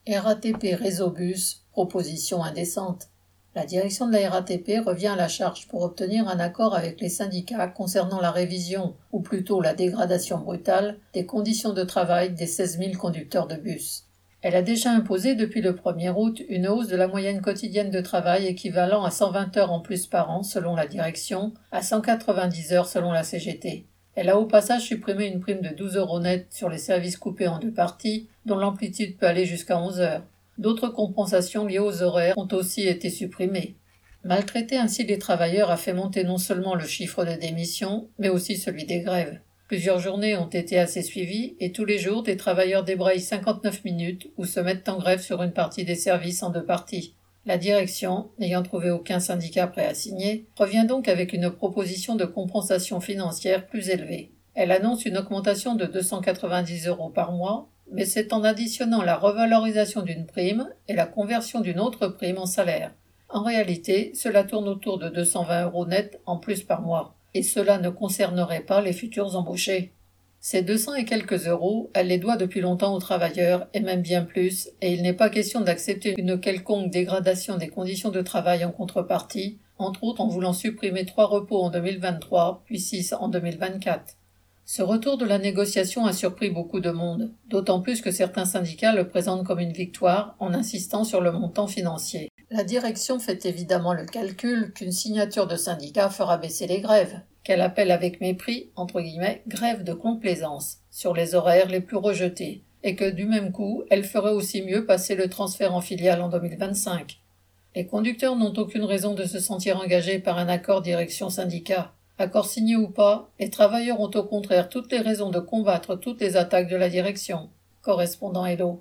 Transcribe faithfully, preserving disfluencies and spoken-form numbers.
R A T P Réseau Bus, proposition indécente. La direction de la R A T P revient à la charge pour obtenir un accord avec les syndicats concernant la révision, ou plutôt la dégradation brutale, des conditions de travail des seize mille conducteurs de bus. Elle a déjà imposé depuis le premier août une hausse de la moyenne quotidienne de travail équivalent à cent vingt heures en plus par an selon la direction, à cent quatre-vingt-dix heures selon la C G T. Elle a au passage supprimé une prime de douze euros net sur les services coupés en deux parties, dont l'amplitude peut aller jusqu'à onze heures. D'autres compensations liées aux horaires ont aussi été supprimées. Maltraiter ainsi les travailleurs a fait monter non seulement le chiffre de démissions, mais aussi celui des grèves. Plusieurs journées ont été assez suivies et tous les jours des travailleurs débrayent cinquante-neuf minutes ou se mettent en grève sur une partie des services en deux parties. La direction, n'ayant trouvé aucun syndicat prêt à signer, revient donc avec une proposition de compensation financière plus élevée. Elle annonce une augmentation de deux cent quatre-vingt-dix euros par mois, mais c'est en additionnant la revalorisation d'une prime et la conversion d'une autre prime en salaire. En réalité, cela tourne autour de deux cent vingt euros net en plus par mois, et cela ne concernerait pas les futurs embauchés. Ces deux cents et quelques euros, elle les doit depuis longtemps aux travailleurs, et même bien plus, et il n'est pas question d'accepter une quelconque dégradation des conditions de travail en contrepartie, entre autres en voulant supprimer trois repos en deux mille vingt-trois, puis six en deux mille vingt-quatre. Ce retour de la négociation a surpris beaucoup de monde, d'autant plus que certains syndicats le présentent comme une victoire en insistant sur le montant financier. La direction fait évidemment le calcul qu'une signature de syndicat fera baisser les grèves, qu'elle appelle avec mépris, entre guillemets, grève de complaisance, sur les horaires les plus rejetés, et que du même coup, elle ferait aussi mieux passer le transfert en filiale en deux mille vingt-cinq. Les conducteurs n'ont aucune raison de se sentir engagés par un accord direction-syndicat. Accord signé ou pas, les travailleurs ont au contraire toutes les raisons de combattre toutes les attaques de la direction. Correspondant Hello.